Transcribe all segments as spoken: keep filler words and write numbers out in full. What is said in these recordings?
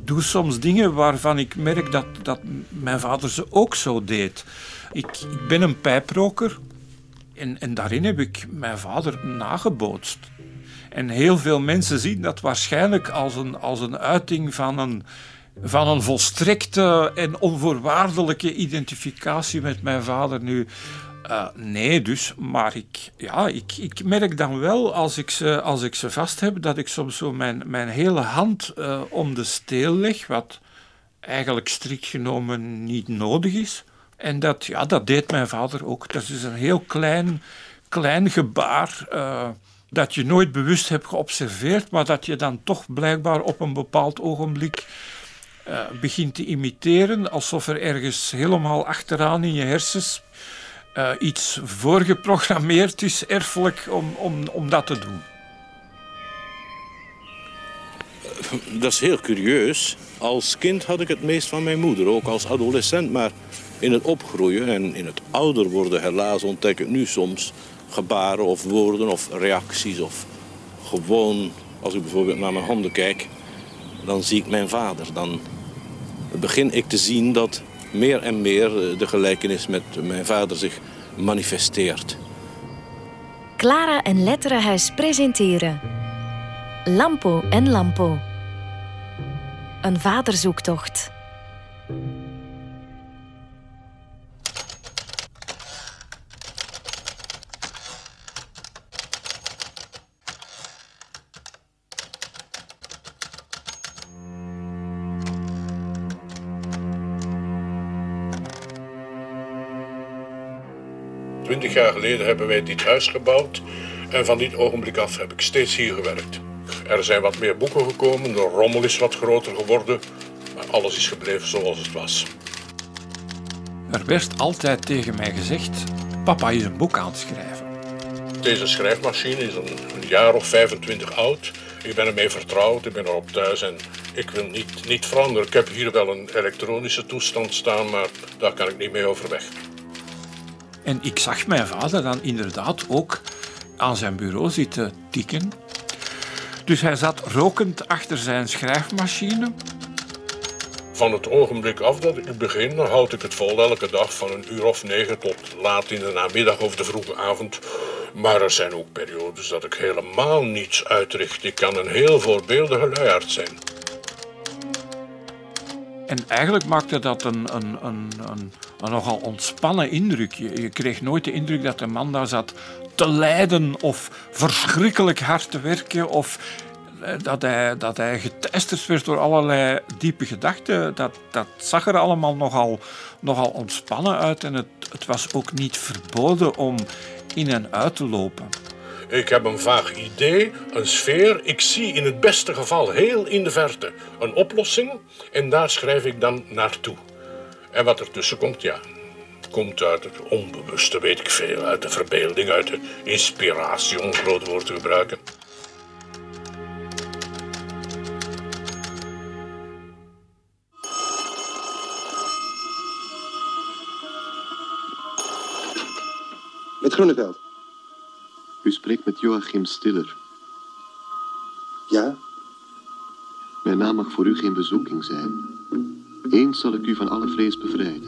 doe soms dingen waarvan ik merk dat, dat mijn vader ze ook zo deed. Ik, ik ben een pijproker en, en daarin heb ik mijn vader nagebootst. En heel veel mensen zien dat waarschijnlijk als een, als een uiting van een, van een volstrekte en onvoorwaardelijke identificatie met mijn vader nu. Uh, nee, dus, maar ik, ja, ik, ik merk dan wel, als ik ze, als ik ze vast heb, dat ik soms zo mijn, mijn hele hand uh, om de steel leg, wat eigenlijk strikt genomen niet nodig is. En dat, ja, dat deed mijn vader ook. Dat is een heel klein, klein gebaar uh, dat je nooit bewust hebt geobserveerd, maar dat je dan toch blijkbaar op een bepaald ogenblik uh, begint te imiteren, alsof er ergens helemaal achteraan in je hersens Uh, iets voorgeprogrammeerd is, erfelijk, om, om, om dat te doen. Dat is heel curieus. Als kind had ik het meest van mijn moeder, ook als adolescent. Maar in het opgroeien en in het ouder worden, helaas, ontdek ik nu soms gebaren of woorden of reacties. Of gewoon, als ik bijvoorbeeld naar mijn handen kijk, dan zie ik mijn vader. Dan begin ik te zien dat meer en meer de gelijkenis met mijn vader zich manifesteert. Clara en Letterenhuis presenteren Lampo en Lampo. Een vaderzoektocht. Twintig jaar geleden hebben wij dit huis gebouwd en van dit ogenblik af heb ik steeds hier gewerkt. Er zijn wat meer boeken gekomen, de rommel is wat groter geworden, maar alles is gebleven zoals het was. Er werd altijd tegen mij gezegd, papa is een boek aan het schrijven. Deze schrijfmachine is een, een jaar of vijfentwintig oud. Ik ben ermee vertrouwd, ik ben erop thuis en ik wil niet, niet veranderen. Ik heb hier wel een elektronische toestand staan, maar daar kan ik niet mee overweg. En ik zag mijn vader dan inderdaad ook aan zijn bureau zitten tikken. Dus hij zat rokend achter zijn schrijfmachine. Van het ogenblik af dat ik begin, dan houd ik het vol elke dag van een uur of negen tot laat in de namiddag of de vroege avond. Maar er zijn ook periodes dat ik helemaal niets uitricht. Ik kan een heel voorbeeldige luiaard zijn. En eigenlijk maakte dat een, een, een, een, een nogal ontspannen indruk. Je, je kreeg nooit de indruk dat de man daar zat te lijden of verschrikkelijk hard te werken of dat hij, dat hij geteisterd werd door allerlei diepe gedachten. Dat, dat zag er allemaal nogal, nogal ontspannen uit en het, het was ook niet verboden om in en uit te lopen. Ik heb een vaag idee, een sfeer. Ik zie in het beste geval heel in de verte een oplossing en daar schrijf ik dan naartoe. En wat ertussen komt, ja, komt uit het onbewuste, weet ik veel, uit de verbeelding, uit de inspiratie, om een groot woord te gebruiken. Met Groeneveld. U spreekt met Joachim Stiller. Ja? Mijn naam mag voor u geen bezoeking zijn. Eens zal ik u van alle vrees bevrijden.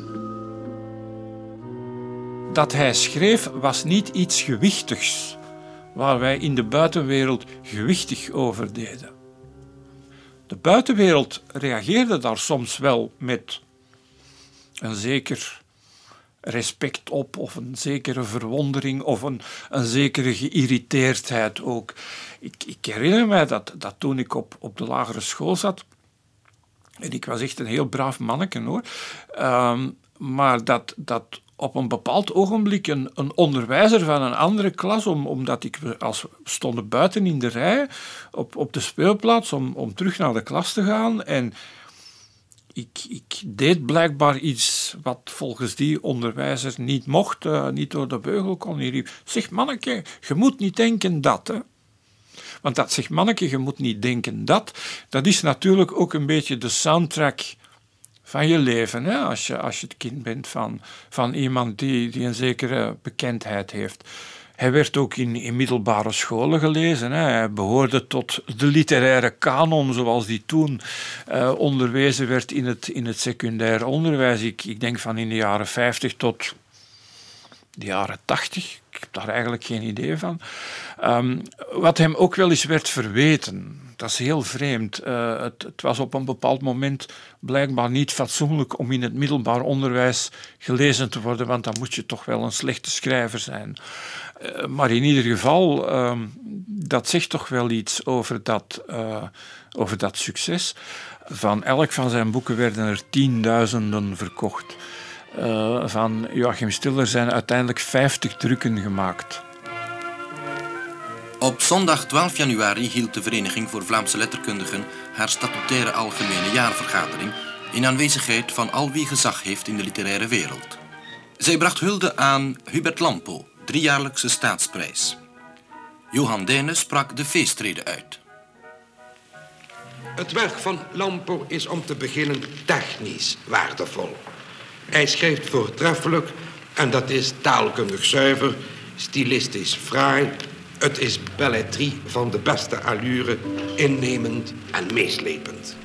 Dat hij schreef was niet iets gewichtigs, waar wij in de buitenwereld gewichtig over deden. De buitenwereld reageerde daar soms wel met een zeker respect op, of een zekere verwondering, of een, een zekere geïrriteerdheid ook. Ik, ik herinner mij dat, dat toen ik op, op de lagere school zat, en ik was echt een heel braaf manneke hoor, um, maar dat, dat op een bepaald ogenblik een, een onderwijzer van een andere klas, om, omdat ik, als we stonden buiten in de rij op, op de speelplaats om, om terug naar de klas te gaan, en Ik, ik deed blijkbaar iets wat volgens die onderwijzer niet mocht, uh, niet door de beugel kon. Hij riep, zeg manneke, je moet niet denken dat. Hè. Want dat zegt manneke, je moet niet denken dat. Dat is natuurlijk ook een beetje de soundtrack van je leven. Hè? Als je, als je het kind bent van, van iemand die, die een zekere bekendheid heeft. Hij werd ook in, in middelbare scholen gelezen. Hè. Hij behoorde tot de literaire kanon, zoals die toen uh, onderwezen werd in het, in het secundair onderwijs. Ik, ik denk van in de jaren vijftig tot de jaren tachtig. Ik heb daar eigenlijk geen idee van. Um, wat hem ook wel eens werd verweten. Dat is heel vreemd. Uh, het, het was op een bepaald moment blijkbaar niet fatsoenlijk om in het middelbaar onderwijs gelezen te worden, want dan moet je toch wel een slechte schrijver zijn. Uh, maar in ieder geval, uh, dat zegt toch wel iets over dat, uh, over dat succes. Van elk van zijn boeken werden er tienduizenden verkocht. Uh, van Joachim Stiller zijn uiteindelijk vijftig drukken gemaakt. Op zondag twaalf januari hield de Vereniging voor Vlaamse Letterkundigen haar statutaire algemene jaarvergadering in aanwezigheid van al wie gezag heeft in de literaire wereld. Zij bracht hulde aan Hubert Lampo, driejaarlijkse staatsprijs. Johan Dijnen sprak de feestrede uit. Het werk van Lampo is om te beginnen technisch waardevol. Hij schrijft voortreffelijk en dat is taalkundig zuiver, stilistisch fraai. Het is belletrie van de beste allure, innemend en meeslepend.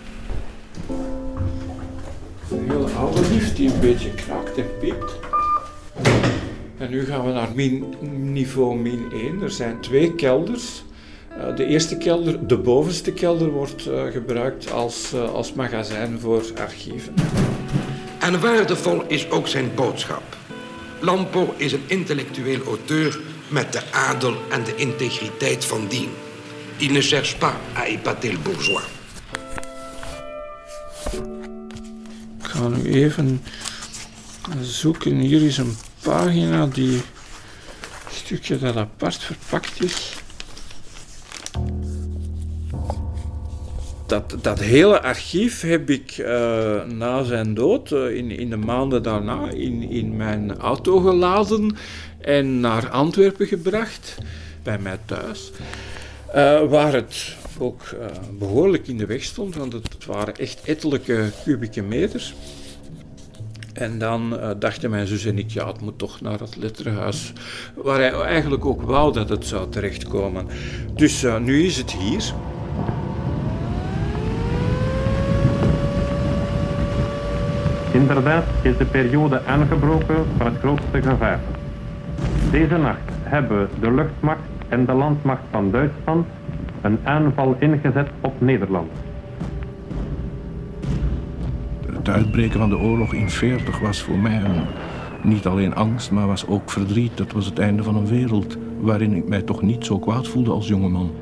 Een heel oude lift die een beetje kraakt en piept. En nu gaan we naar min, niveau min één. Er zijn twee kelders. Uh, de eerste kelder, de bovenste kelder, wordt uh, gebruikt als, uh, als magazijn voor archieven. En waardevol is ook zijn boodschap. Lampo is een intellectueel auteur met de adel en de integriteit van dien. Il ne cherche pas à épater le bourgeois. Ik ga nu even zoeken. Hier is een pagina die een stukje dat apart verpakt is. Dat, dat hele archief heb ik uh, na zijn dood, uh, in, in de maanden daarna, in, in mijn auto geladen en naar Antwerpen gebracht, bij mij thuis, uh, waar het ook uh, behoorlijk in de weg stond, want het waren echt ettelijke kubieke meters. En dan uh, dachten mijn zus en ik, ja, het moet toch naar het letterhuis, waar hij eigenlijk ook wou dat het zou terechtkomen. Dus uh, nu is het hier. Inderdaad is de periode aangebroken van het grootste gevaar. Deze nacht hebben de luchtmacht en de landmacht van Duitsland een aanval ingezet op Nederland. Het uitbreken van de oorlog in veertig was voor mij een, niet alleen angst, maar was ook verdriet. Dat was het einde van een wereld waarin ik mij toch niet zo kwaad voelde als jongeman.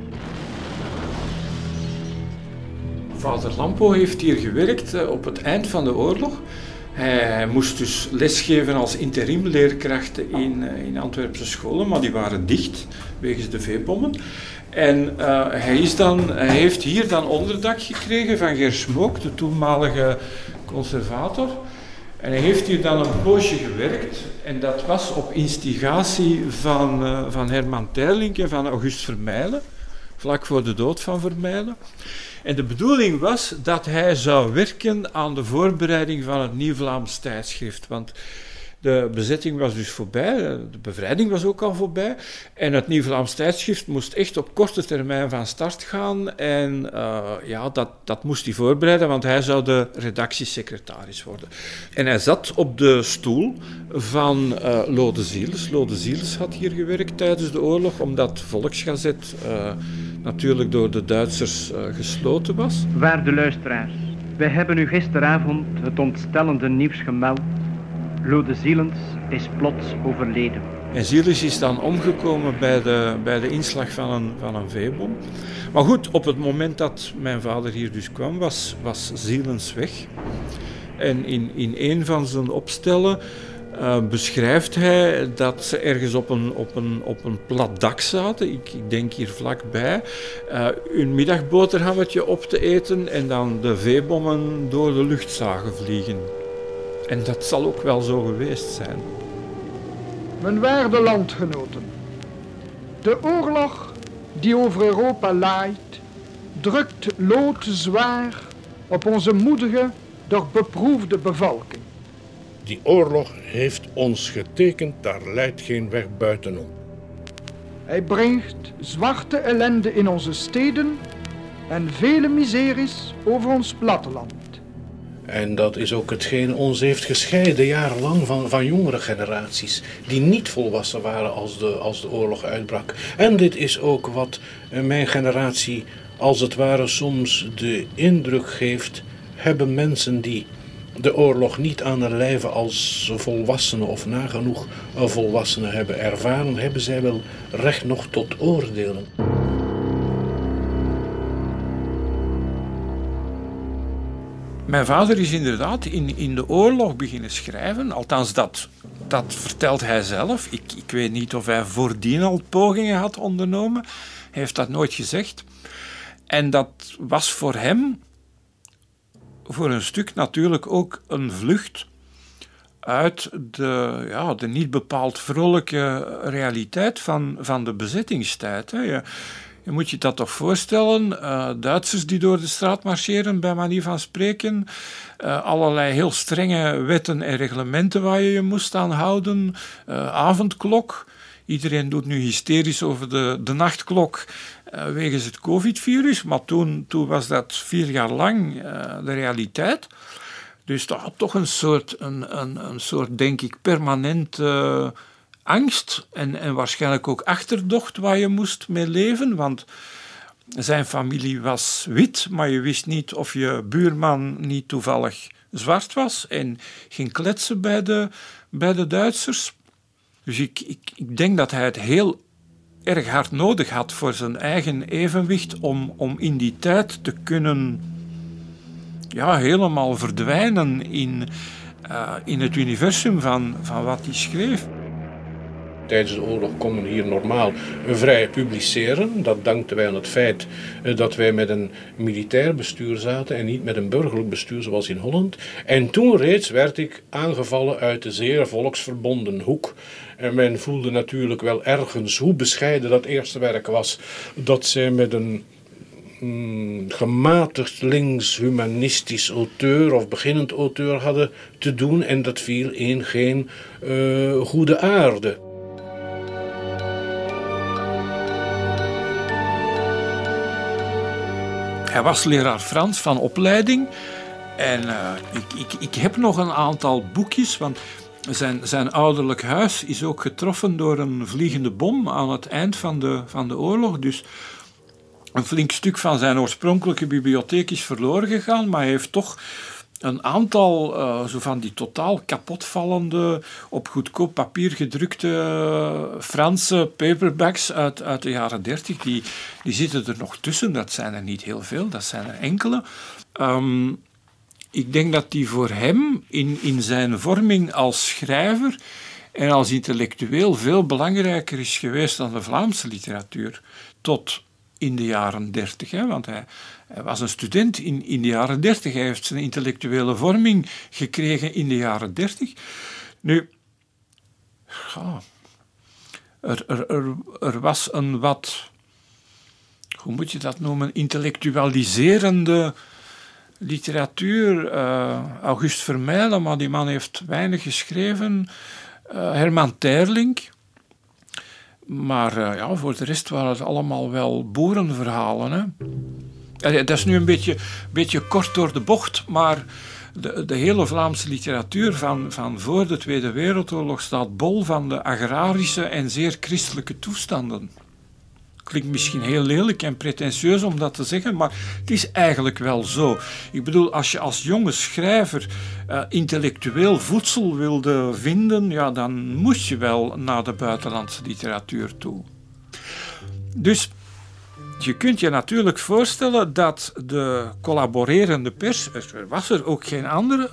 Vader Lampo heeft hier gewerkt op het eind van de oorlog. Hij moest dus lesgeven als interimleerkracht in, in Antwerpse scholen, maar die waren dicht wegens de veebommen. En uh, hij, is dan, hij heeft hier dan onderdak gekregen van Ger Smook, de toenmalige conservator. En hij heeft hier dan een poosje gewerkt. En dat was op instigatie van, uh, van Herman Teirlinck en van August Vermeylen, vlak voor de dood van Vermeylen. En de bedoeling was dat hij zou werken aan de voorbereiding van het Nieuw Vlaams tijdschrift. Want de bezetting was dus voorbij, de bevrijding was ook al voorbij. En het Nieuw Vlaams tijdschrift moest echt op korte termijn van start gaan. En uh, ja, dat, dat moest hij voorbereiden, want hij zou de redactiesecretaris worden. En hij zat op de stoel van uh, Lode Ziels. Lode Ziels had hier gewerkt tijdens de oorlog, omdat Volksgazet uh, natuurlijk door de Duitsers uh, gesloten was. Waarde luisteraars, wij hebben u gisteravond het ontstellende nieuws gemeld. Lode Zielens is plots overleden. En Zielens is dan omgekomen bij de, bij de inslag van een, van een veebom. Maar goed, op het moment dat mijn vader hier dus kwam, was, was Zielens weg. En in, in een van zijn opstellen uh, beschrijft hij dat ze ergens op een, op een, op een plat dak zaten. Ik, ik denk hier vlakbij. Uh, hun middagboterhammetje op te eten en dan de veebommen door de lucht zagen vliegen. En dat zal ook wel zo geweest zijn. Mijn waarde landgenoten, de oorlog die over Europa laait, drukt loodzwaar op onze moedige, doch beproefde bevolking. Die oorlog heeft ons getekend, daar leidt geen weg buitenom. Hij brengt zwarte ellende in onze steden en vele miseries over ons platteland. En dat is ook hetgeen ons heeft gescheiden jarenlang van, van jongere generaties, die niet volwassen waren als de, als de oorlog uitbrak. En dit is ook wat mijn generatie als het ware soms de indruk geeft, hebben mensen die de oorlog niet aan de lijve als volwassenen of nagenoeg volwassenen hebben ervaren, hebben zij wel recht nog tot oordelen. Mijn vader is inderdaad in, in de oorlog beginnen schrijven, althans dat, dat vertelt hij zelf. Ik, ik weet niet of hij voordien al pogingen had ondernomen, hij heeft dat nooit gezegd. En dat was voor hem voor een stuk natuurlijk ook een vlucht uit de, ja, de niet bepaald vrolijke realiteit van, van de bezettingstijd. Hè. Je, je moet je dat toch voorstellen, uh, Duitsers die door de straat marcheren, bij manier van spreken, uh, allerlei heel strenge wetten en reglementen waar je je moest aan houden, uh, avondklok. Iedereen doet nu hysterisch over de, de nachtklok uh, wegens het covid-virus, maar toen, toen was dat vier jaar lang uh, de realiteit. Dus dat had toch een soort, een, een, een soort denk ik, permanente uh, angst en, en waarschijnlijk ook achterdocht waar je moest mee leven, want zijn familie was wit, maar je wist niet of je buurman niet toevallig zwart was en ging kletsen bij de, bij de Duitsers. Dus ik, ik, ik denk dat hij het heel erg hard nodig had voor zijn eigen evenwicht om, om in die tijd te kunnen ja, helemaal verdwijnen in, uh, in het universum van, van wat hij schreef. Tijdens de oorlog konden we hier normaal vrij publiceren. Dat dankten wij aan het feit dat wij met een militair bestuur zaten en niet met een burgerlijk bestuur zoals in Holland. En toen reeds werd ik aangevallen uit de zeer volksverbonden hoek. En men voelde natuurlijk wel ergens hoe bescheiden dat eerste werk was, dat zij met een mm, gematigd links-humanistisch auteur of beginnend auteur hadden te doen. En dat viel in geen uh, goede aarde. Hij was leraar Frans van opleiding en uh, ik, ik, ik heb nog een aantal boekjes, want zijn, zijn ouderlijk huis is ook getroffen door een vliegende bom aan het eind van de, van de oorlog. Dus een flink stuk van zijn oorspronkelijke bibliotheek is verloren gegaan, maar hij heeft toch een aantal uh, zo van die totaal kapotvallende, op goedkoop papier gedrukte uh, Franse paperbacks uit, uit de jaren dertig. Die, die zitten er nog tussen. Dat zijn er niet heel veel, dat zijn er enkele. Um, ik denk dat die voor hem in, in zijn vorming als schrijver en als intellectueel veel belangrijker is geweest dan de Vlaamse literatuur. Tot in de jaren dertig, hè, want hij, hij was een student in, in de jaren dertig. Hij heeft zijn intellectuele vorming gekregen in de jaren dertig. Nu, ja, er, er, er, er was een wat, hoe moet je dat noemen, intellectualiserende literatuur. Uh, August Vermeylen, maar die man heeft weinig geschreven. Uh, Herman Terlink. Maar uh, ja, voor de rest waren het allemaal wel boerenverhalen. Hè? Dat is nu een beetje, beetje kort door de bocht, maar de, de hele Vlaamse literatuur van, van voor de Tweede Wereldoorlog staat bol van de agrarische en zeer christelijke toestanden. Klinkt misschien heel lelijk en pretentieus om dat te zeggen, maar het is eigenlijk wel zo. Ik bedoel, als je als jonge schrijver uh, intellectueel voedsel wilde vinden, ja, dan moest je wel naar de buitenlandse literatuur toe. Dus je kunt je natuurlijk voorstellen dat de collaborerende pers, er was er ook geen andere,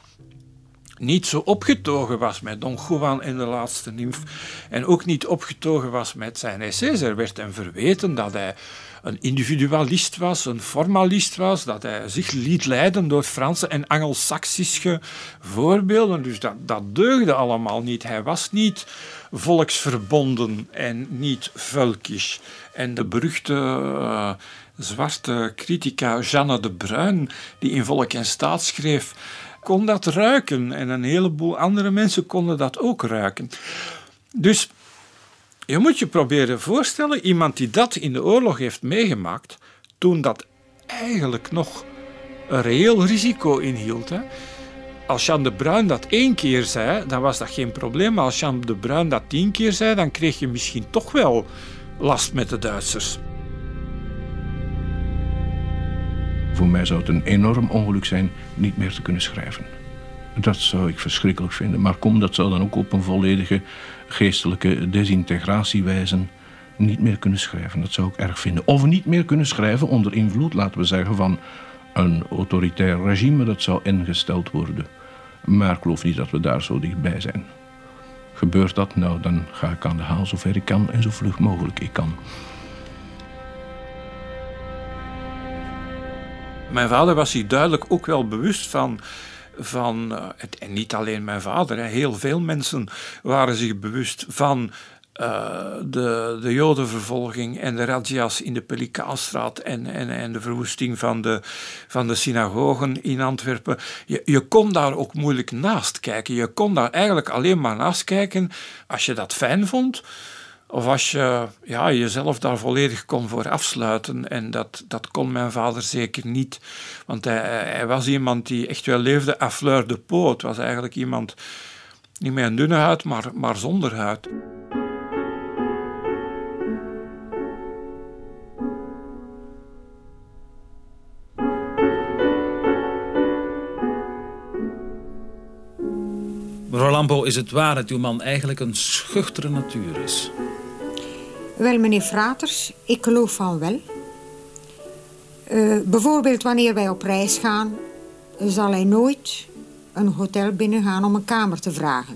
niet zo opgetogen was met Don Juan en de laatste nimf en ook niet opgetogen was met zijn essays. Er werd hem verweten dat hij een individualist was, een formalist was, dat hij zich liet leiden door Franse en Angelsaksische voorbeelden. Dus dat, dat deugde allemaal niet. Hij was niet volksverbonden en niet völkisch. En de beruchte uh, zwarte critica Jeanne de Bruin, die in Volk en Staat schreef, kon dat ruiken en een heleboel andere mensen konden dat ook ruiken. Dus Je moet je proberen voorstellen, iemand die dat in de oorlog heeft meegemaakt, toen dat eigenlijk nog een reëel risico inhield. Hè. Als Jan de Bruin dat één keer zei, dan was dat geen probleem. Maar als Jan de Bruin dat tien keer zei, dan kreeg je misschien toch wel last met de Duitsers. Voor mij zou het een enorm ongeluk zijn niet meer te kunnen schrijven. Dat zou ik verschrikkelijk vinden. Maar kom, dat zou dan ook op een volledige geestelijke desintegratie wijzen. Niet meer kunnen schrijven, dat zou ik erg vinden. Of niet meer kunnen schrijven onder invloed, laten we zeggen, van een autoritair regime. Dat zou ingesteld worden. Maar ik geloof niet dat we daar zo dichtbij zijn. Gebeurt dat, nou, dan ga ik aan de haal zover ik kan en zo vlug mogelijk ik kan. Mijn vader was zich duidelijk ook wel bewust van... van en niet alleen mijn vader, heel veel mensen waren zich bewust van uh, de, de jodenvervolging en de razzia's in de Pelikaanstraat en, en, en de verwoesting van de, van de synagogen in Antwerpen. Je, je kon daar ook moeilijk naast kijken. Je kon daar eigenlijk alleen maar naast kijken als je dat fijn vond. Of als je ja, jezelf daar volledig kon voor afsluiten. En dat, dat kon mijn vader zeker niet. Want hij, hij was iemand die echt wel leefde à fleur de peau. Het was eigenlijk iemand, niet met een dunne huid, maar, maar zonder huid. Mevrouw Lampo, is het waar dat uw man eigenlijk een schuchtere natuur is? Wel, meneer Fraters, ik geloof van wel. Uh, bijvoorbeeld wanneer wij op reis gaan, zal hij nooit een hotel binnengaan om een kamer te vragen.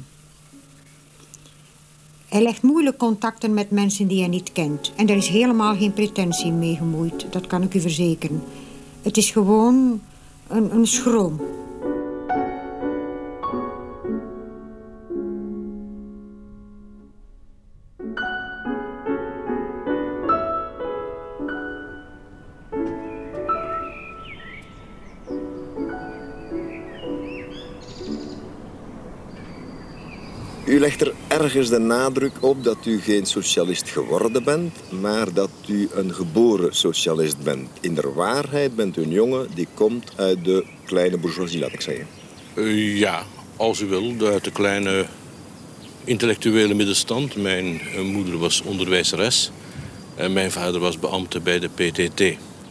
Hij legt moeilijk contacten met mensen die hij niet kent. En er is helemaal geen pretentie mee gemoeid, dat kan ik u verzekeren. Het is gewoon een, een schroom. U legt er ergens de nadruk op dat u geen socialist geworden bent, maar dat u een geboren socialist bent. In de waarheid bent u een jongen die komt uit de kleine bourgeoisie, laat ik zeggen. Uh, ja, als u wil, uit de kleine intellectuele middenstand. Mijn uh, moeder was onderwijzeres en mijn vader was beambte bij de P T T.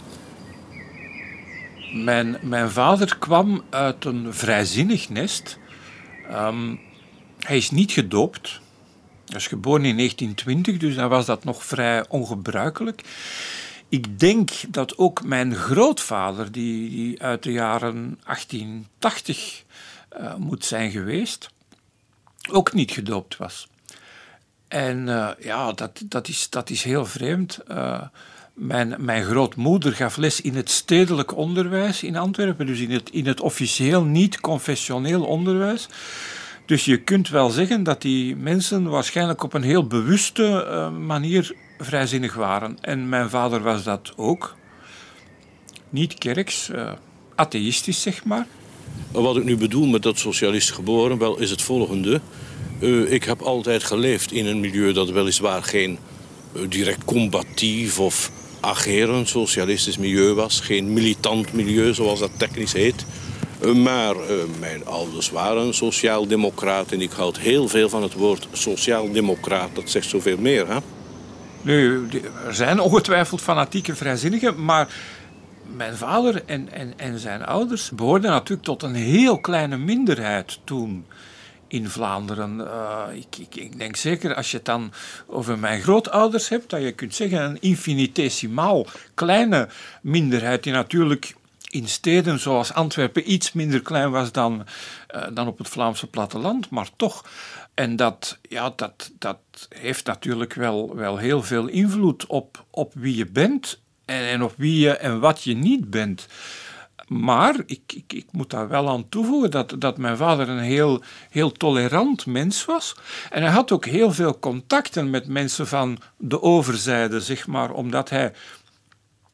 Mijn, mijn vader kwam uit een vrijzinnig nest. Um, Hij is niet gedoopt. Hij is geboren in negentien twintig, dus dan was dat nog vrij ongebruikelijk. Ik denk dat ook mijn grootvader, die, die uit de jaren achttien tachtig uh, moet zijn geweest, ook niet gedoopt was. En uh, ja, dat, dat, is, dat is heel vreemd. Uh, mijn, mijn grootmoeder gaf les in het stedelijk onderwijs in Antwerpen, dus in het, in het officieel niet-confessioneel onderwijs. Dus je kunt wel zeggen dat die mensen waarschijnlijk op een heel bewuste uh, manier vrijzinnig waren. En mijn vader was dat ook. Niet kerks, uh, atheïstisch zeg maar. Wat ik nu bedoel met dat socialist geboren, wel is het volgende. Uh, ik heb altijd geleefd in een milieu dat weliswaar geen uh, direct combatief of agerend socialistisch milieu was. Geen militant milieu, zoals dat technisch heet. Maar uh, mijn ouders waren sociaaldemocraat en ik houd heel veel van het woord sociaaldemocraat. Dat zegt zoveel meer, hè? Nu, er zijn ongetwijfeld fanatieke vrijzinnigen, maar mijn vader en, en, en zijn ouders behoorden natuurlijk tot een heel kleine minderheid toen in Vlaanderen. Uh, ik, ik, ik denk zeker, als je het dan over mijn grootouders hebt, dat je kunt zeggen een infinitesimaal kleine minderheid die natuurlijk in steden zoals Antwerpen iets minder klein was dan, uh, dan op het Vlaamse platteland, maar toch. En dat, ja, dat, dat heeft natuurlijk wel, wel heel veel invloed op, op wie je bent en, en op wie je en wat je niet bent. Maar ik, ik, ik moet daar wel aan toevoegen dat, dat mijn vader een heel, heel tolerant mens was. En hij had ook heel veel contacten met mensen van de overzijde, zeg maar, omdat hij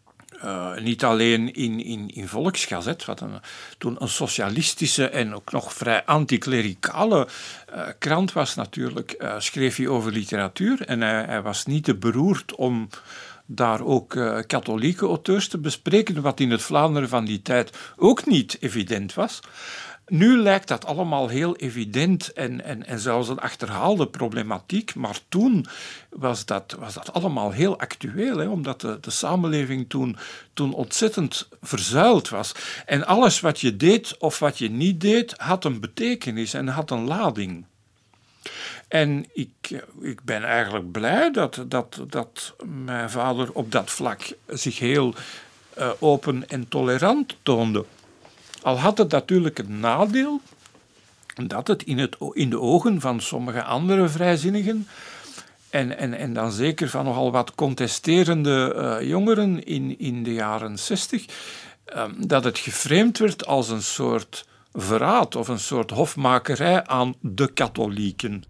Uh, niet alleen in, in, in Volksgazet, wat een, toen een socialistische en ook nog vrij anticlericale uh, krant was natuurlijk, uh, schreef hij over literatuur. En hij, hij was niet te beroerd om daar ook uh, katholieke auteurs te bespreken, wat in het Vlaanderen van die tijd ook niet evident was. Nu lijkt dat allemaal heel evident en, en, en zelfs een achterhaalde problematiek, maar toen was dat, was dat allemaal heel actueel, hè, omdat de, de samenleving toen, toen ontzettend verzuild was. En alles wat je deed of wat je niet deed, had een betekenis en had een lading. En ik, ik ben eigenlijk blij dat, dat, dat mijn vader op dat vlak zich heel uh, open en tolerant toonde. Al had het natuurlijk een nadeel dat het in, het in de ogen van sommige andere vrijzinnigen en, en, en dan zeker van nogal wat contesterende uh, jongeren in, in de jaren zestig, uh, dat het geframed werd als een soort verraad of een soort hofmakerij aan de katholieken.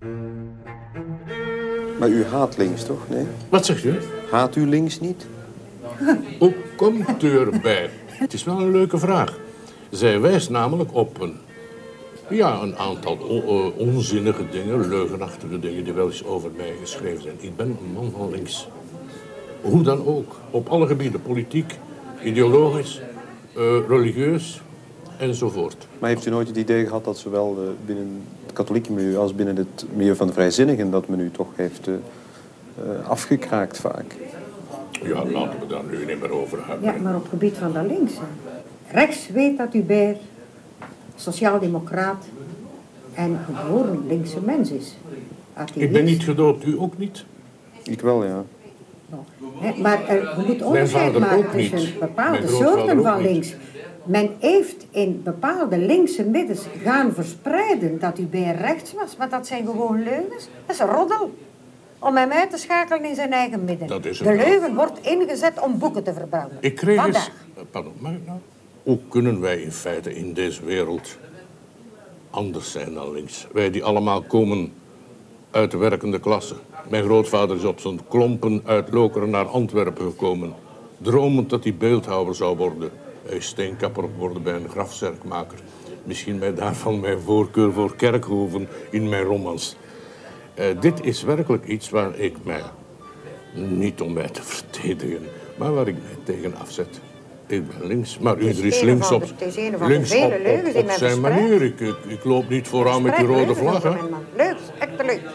Maar u haat links, toch? Nee? Wat zegt u? Haat u links niet? Hoe komt u erbij? Het is wel een leuke vraag. Zij wijst namelijk op een, ja, een aantal on- onzinnige dingen, leugenachtige dingen die wel eens over mij geschreven zijn. Ik ben een man van links. Hoe dan ook, op alle gebieden, politiek, ideologisch, uh, religieus enzovoort. Maar heeft u nooit het idee gehad dat zowel uh, binnen het katholieke milieu als binnen het milieu van de vrijzinnigen dat men u toch heeft uh, uh, afgekraakt vaak? Ja, laten we daar nu niet meer over hebben. Ja, maar op het gebied van dat linkse. Rechts weet dat Hubert sociaaldemocraat en gewoon een linkse mens is. Ik ben niet gedoopt, u ook niet? Ik wel, ja. He, maar er, we moeten onderscheid maken tussen bepaalde soorten van links. Men heeft in bepaalde linkse middens gaan verspreiden dat Hubert rechts was, maar dat zijn gewoon leugens. Dat is een roddel. Om hem uit te schakelen in zijn eigen midden. Dat is de een leugen wordt ingezet om boeken te verbranden. Ik kreeg Vandaag. eens... Pardon, maar nou... Hoe kunnen wij in feite in deze wereld anders zijn dan links? Wij die allemaal komen uit de werkende klasse. Mijn grootvader is op zijn klompen uit Lokeren naar Antwerpen gekomen. Dromend dat hij beeldhouwer zou worden. Hij is steenkapper geworden bij een grafzerkmaker. Misschien mij daarvan mijn voorkeur voor Kerkhoven in mijn romans. Uh, dit is werkelijk iets waar ik mij, niet om mij te verdedigen, maar waar ik mij tegen afzet. Ik ben links, maar ieder is links op, links op, op, op zijn manier. Ik, ik, ik loop niet vooraan met die rode vlag. Hè. Leugens, echte leugens.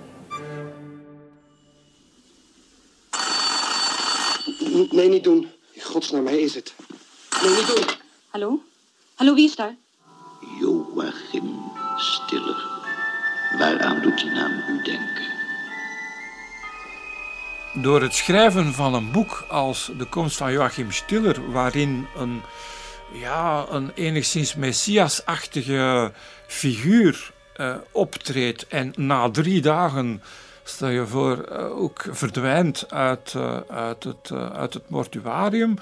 Nee, niet doen. In godsnaam, hij is het. Nee, niet doen. Hallo? Hallo, wie is daar? Joachim Stiller. Waaraan doet die naam u denken? Door het schrijven van een boek als De komst van Joachim Stiller, waarin een, ja, een enigszins messiasachtige figuur uh, optreedt en na drie dagen, stel je voor, uh, ook verdwijnt uit, uh, uit, het, uh, uit het mortuarium.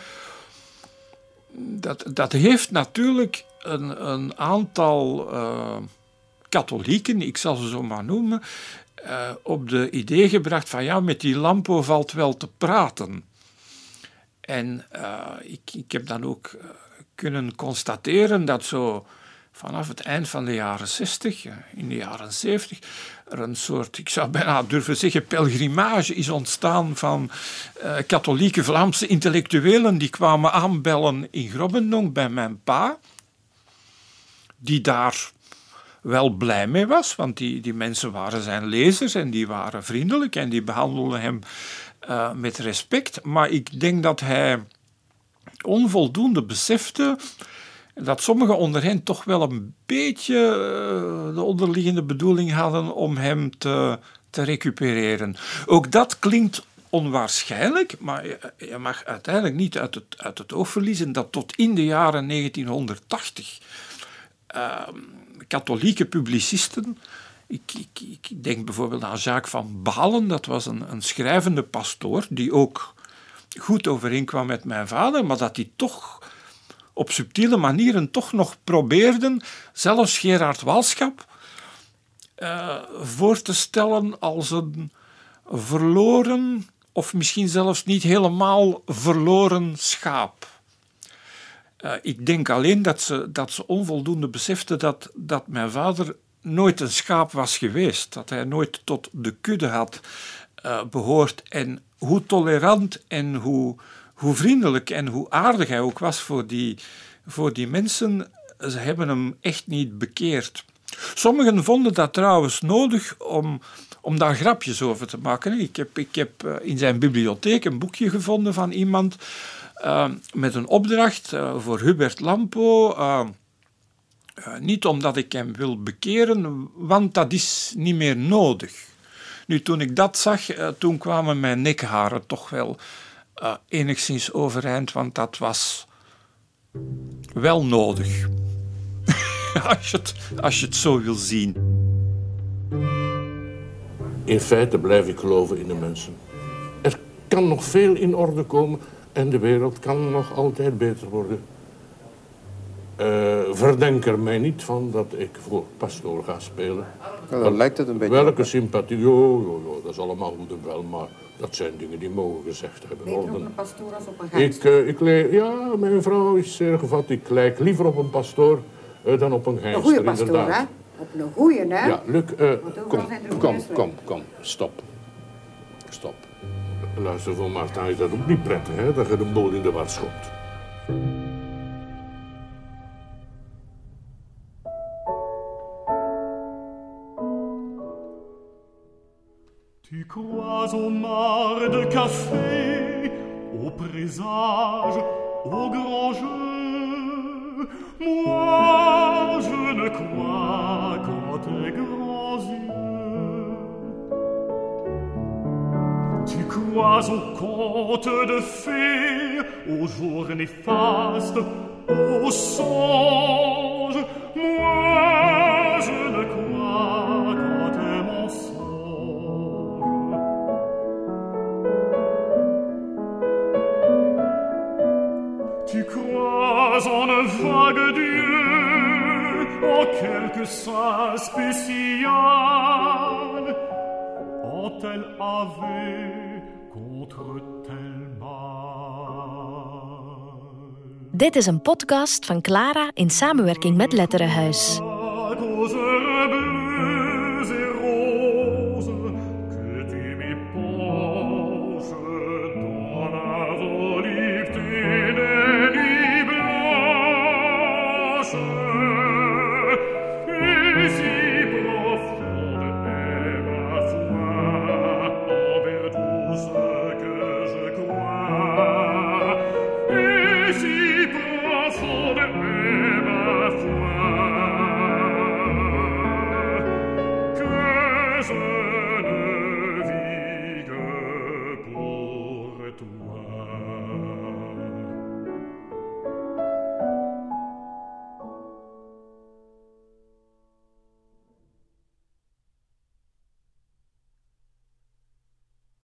Dat, dat heeft natuurlijk een, een aantal uh, katholieken, ik zal ze zo maar noemen, Uh, op de idee gebracht van ja, met die Lampo valt wel te praten. En uh, ik, ik heb dan ook uh, kunnen constateren dat zo vanaf het eind van de jaren zestig, uh, in de jaren zeventig, er een soort, ik zou bijna durven zeggen, pelgrimage is ontstaan van uh, katholieke Vlaamse intellectuelen die kwamen aanbellen in Grobbendonk bij mijn pa, die daar wel blij mee was, want die, die mensen waren zijn lezers en die waren vriendelijk en die behandelden hem uh, met respect. Maar ik denk dat hij onvoldoende besefte dat sommigen onder hen toch wel een beetje uh, de onderliggende bedoeling hadden om hem te, te recupereren. Ook dat klinkt onwaarschijnlijk, maar je, je mag uiteindelijk niet uit het, uit het oog verliezen dat tot in de jaren negentienhonderdtachtig Uh, katholieke publicisten, ik, ik, ik denk bijvoorbeeld aan Jacques van Balen, dat was een, een schrijvende pastoor die ook goed overeenkwam met mijn vader, maar dat die toch op subtiele manieren toch nog probeerden, zelfs Gerard Walschap, uh, voor te stellen als een verloren of misschien zelfs niet helemaal verloren schaap. Uh, ik denk alleen dat ze, dat ze onvoldoende besefte dat, dat mijn vader nooit een schaap was geweest. Dat hij nooit tot de kudde had uh, behoord. En hoe tolerant en hoe, hoe vriendelijk en hoe aardig hij ook was voor die, voor die mensen, ze hebben hem echt niet bekeerd. Sommigen vonden dat trouwens nodig om, om daar grapjes over te maken. Ik heb, ik heb in zijn bibliotheek een boekje gevonden van iemand uh, met een opdracht uh, voor Hubert Lampo. Uh, uh, niet omdat ik hem wil bekeren, want dat is niet meer nodig. Nu, toen ik dat zag, uh, toen kwamen mijn nekharen toch wel uh, enigszins overeind, want dat was wel nodig. Als je, het, als je het zo wil zien. In feite blijf ik geloven in de mensen. Er kan nog veel in orde komen en de wereld kan nog altijd beter worden. Uh, verdenk er mij niet van dat ik voor pastoor ga spelen. Ja, dan lijkt het een beetje. Welke op, sympathie, jo, jo, jo, dat is allemaal goed en wel, maar dat zijn dingen die mogen gezegd hebben. Beter op een pastoor als op een gangster. Ik, uh, ik le- ja, mijn vrouw is zeer gevat. Ik lijk liever op een pastoor uh, dan op een gangster, een goede pastoor, inderdaad. Hè? Op een goeie, hè? Ja, Luc, uh, kom, kom, kom, kom, stop. Stop. Luister, voor Martin is dat ook niet prettig, hè, dat je de boel in de war schopt. Tu crois au mar de café, au présage, au grand jeu. Moi, je ne crois qu'en tes grands yeux. Tu crois aux contes de fées, aux jours néfastes, aux songes. Moi, je ne crois qu'en tes mensonges. Tu crois en un vague Dieu, en quelque saint spécial, en tel ave contre tel mal. Dit is een podcast van Clara in samenwerking met Letterenhuis.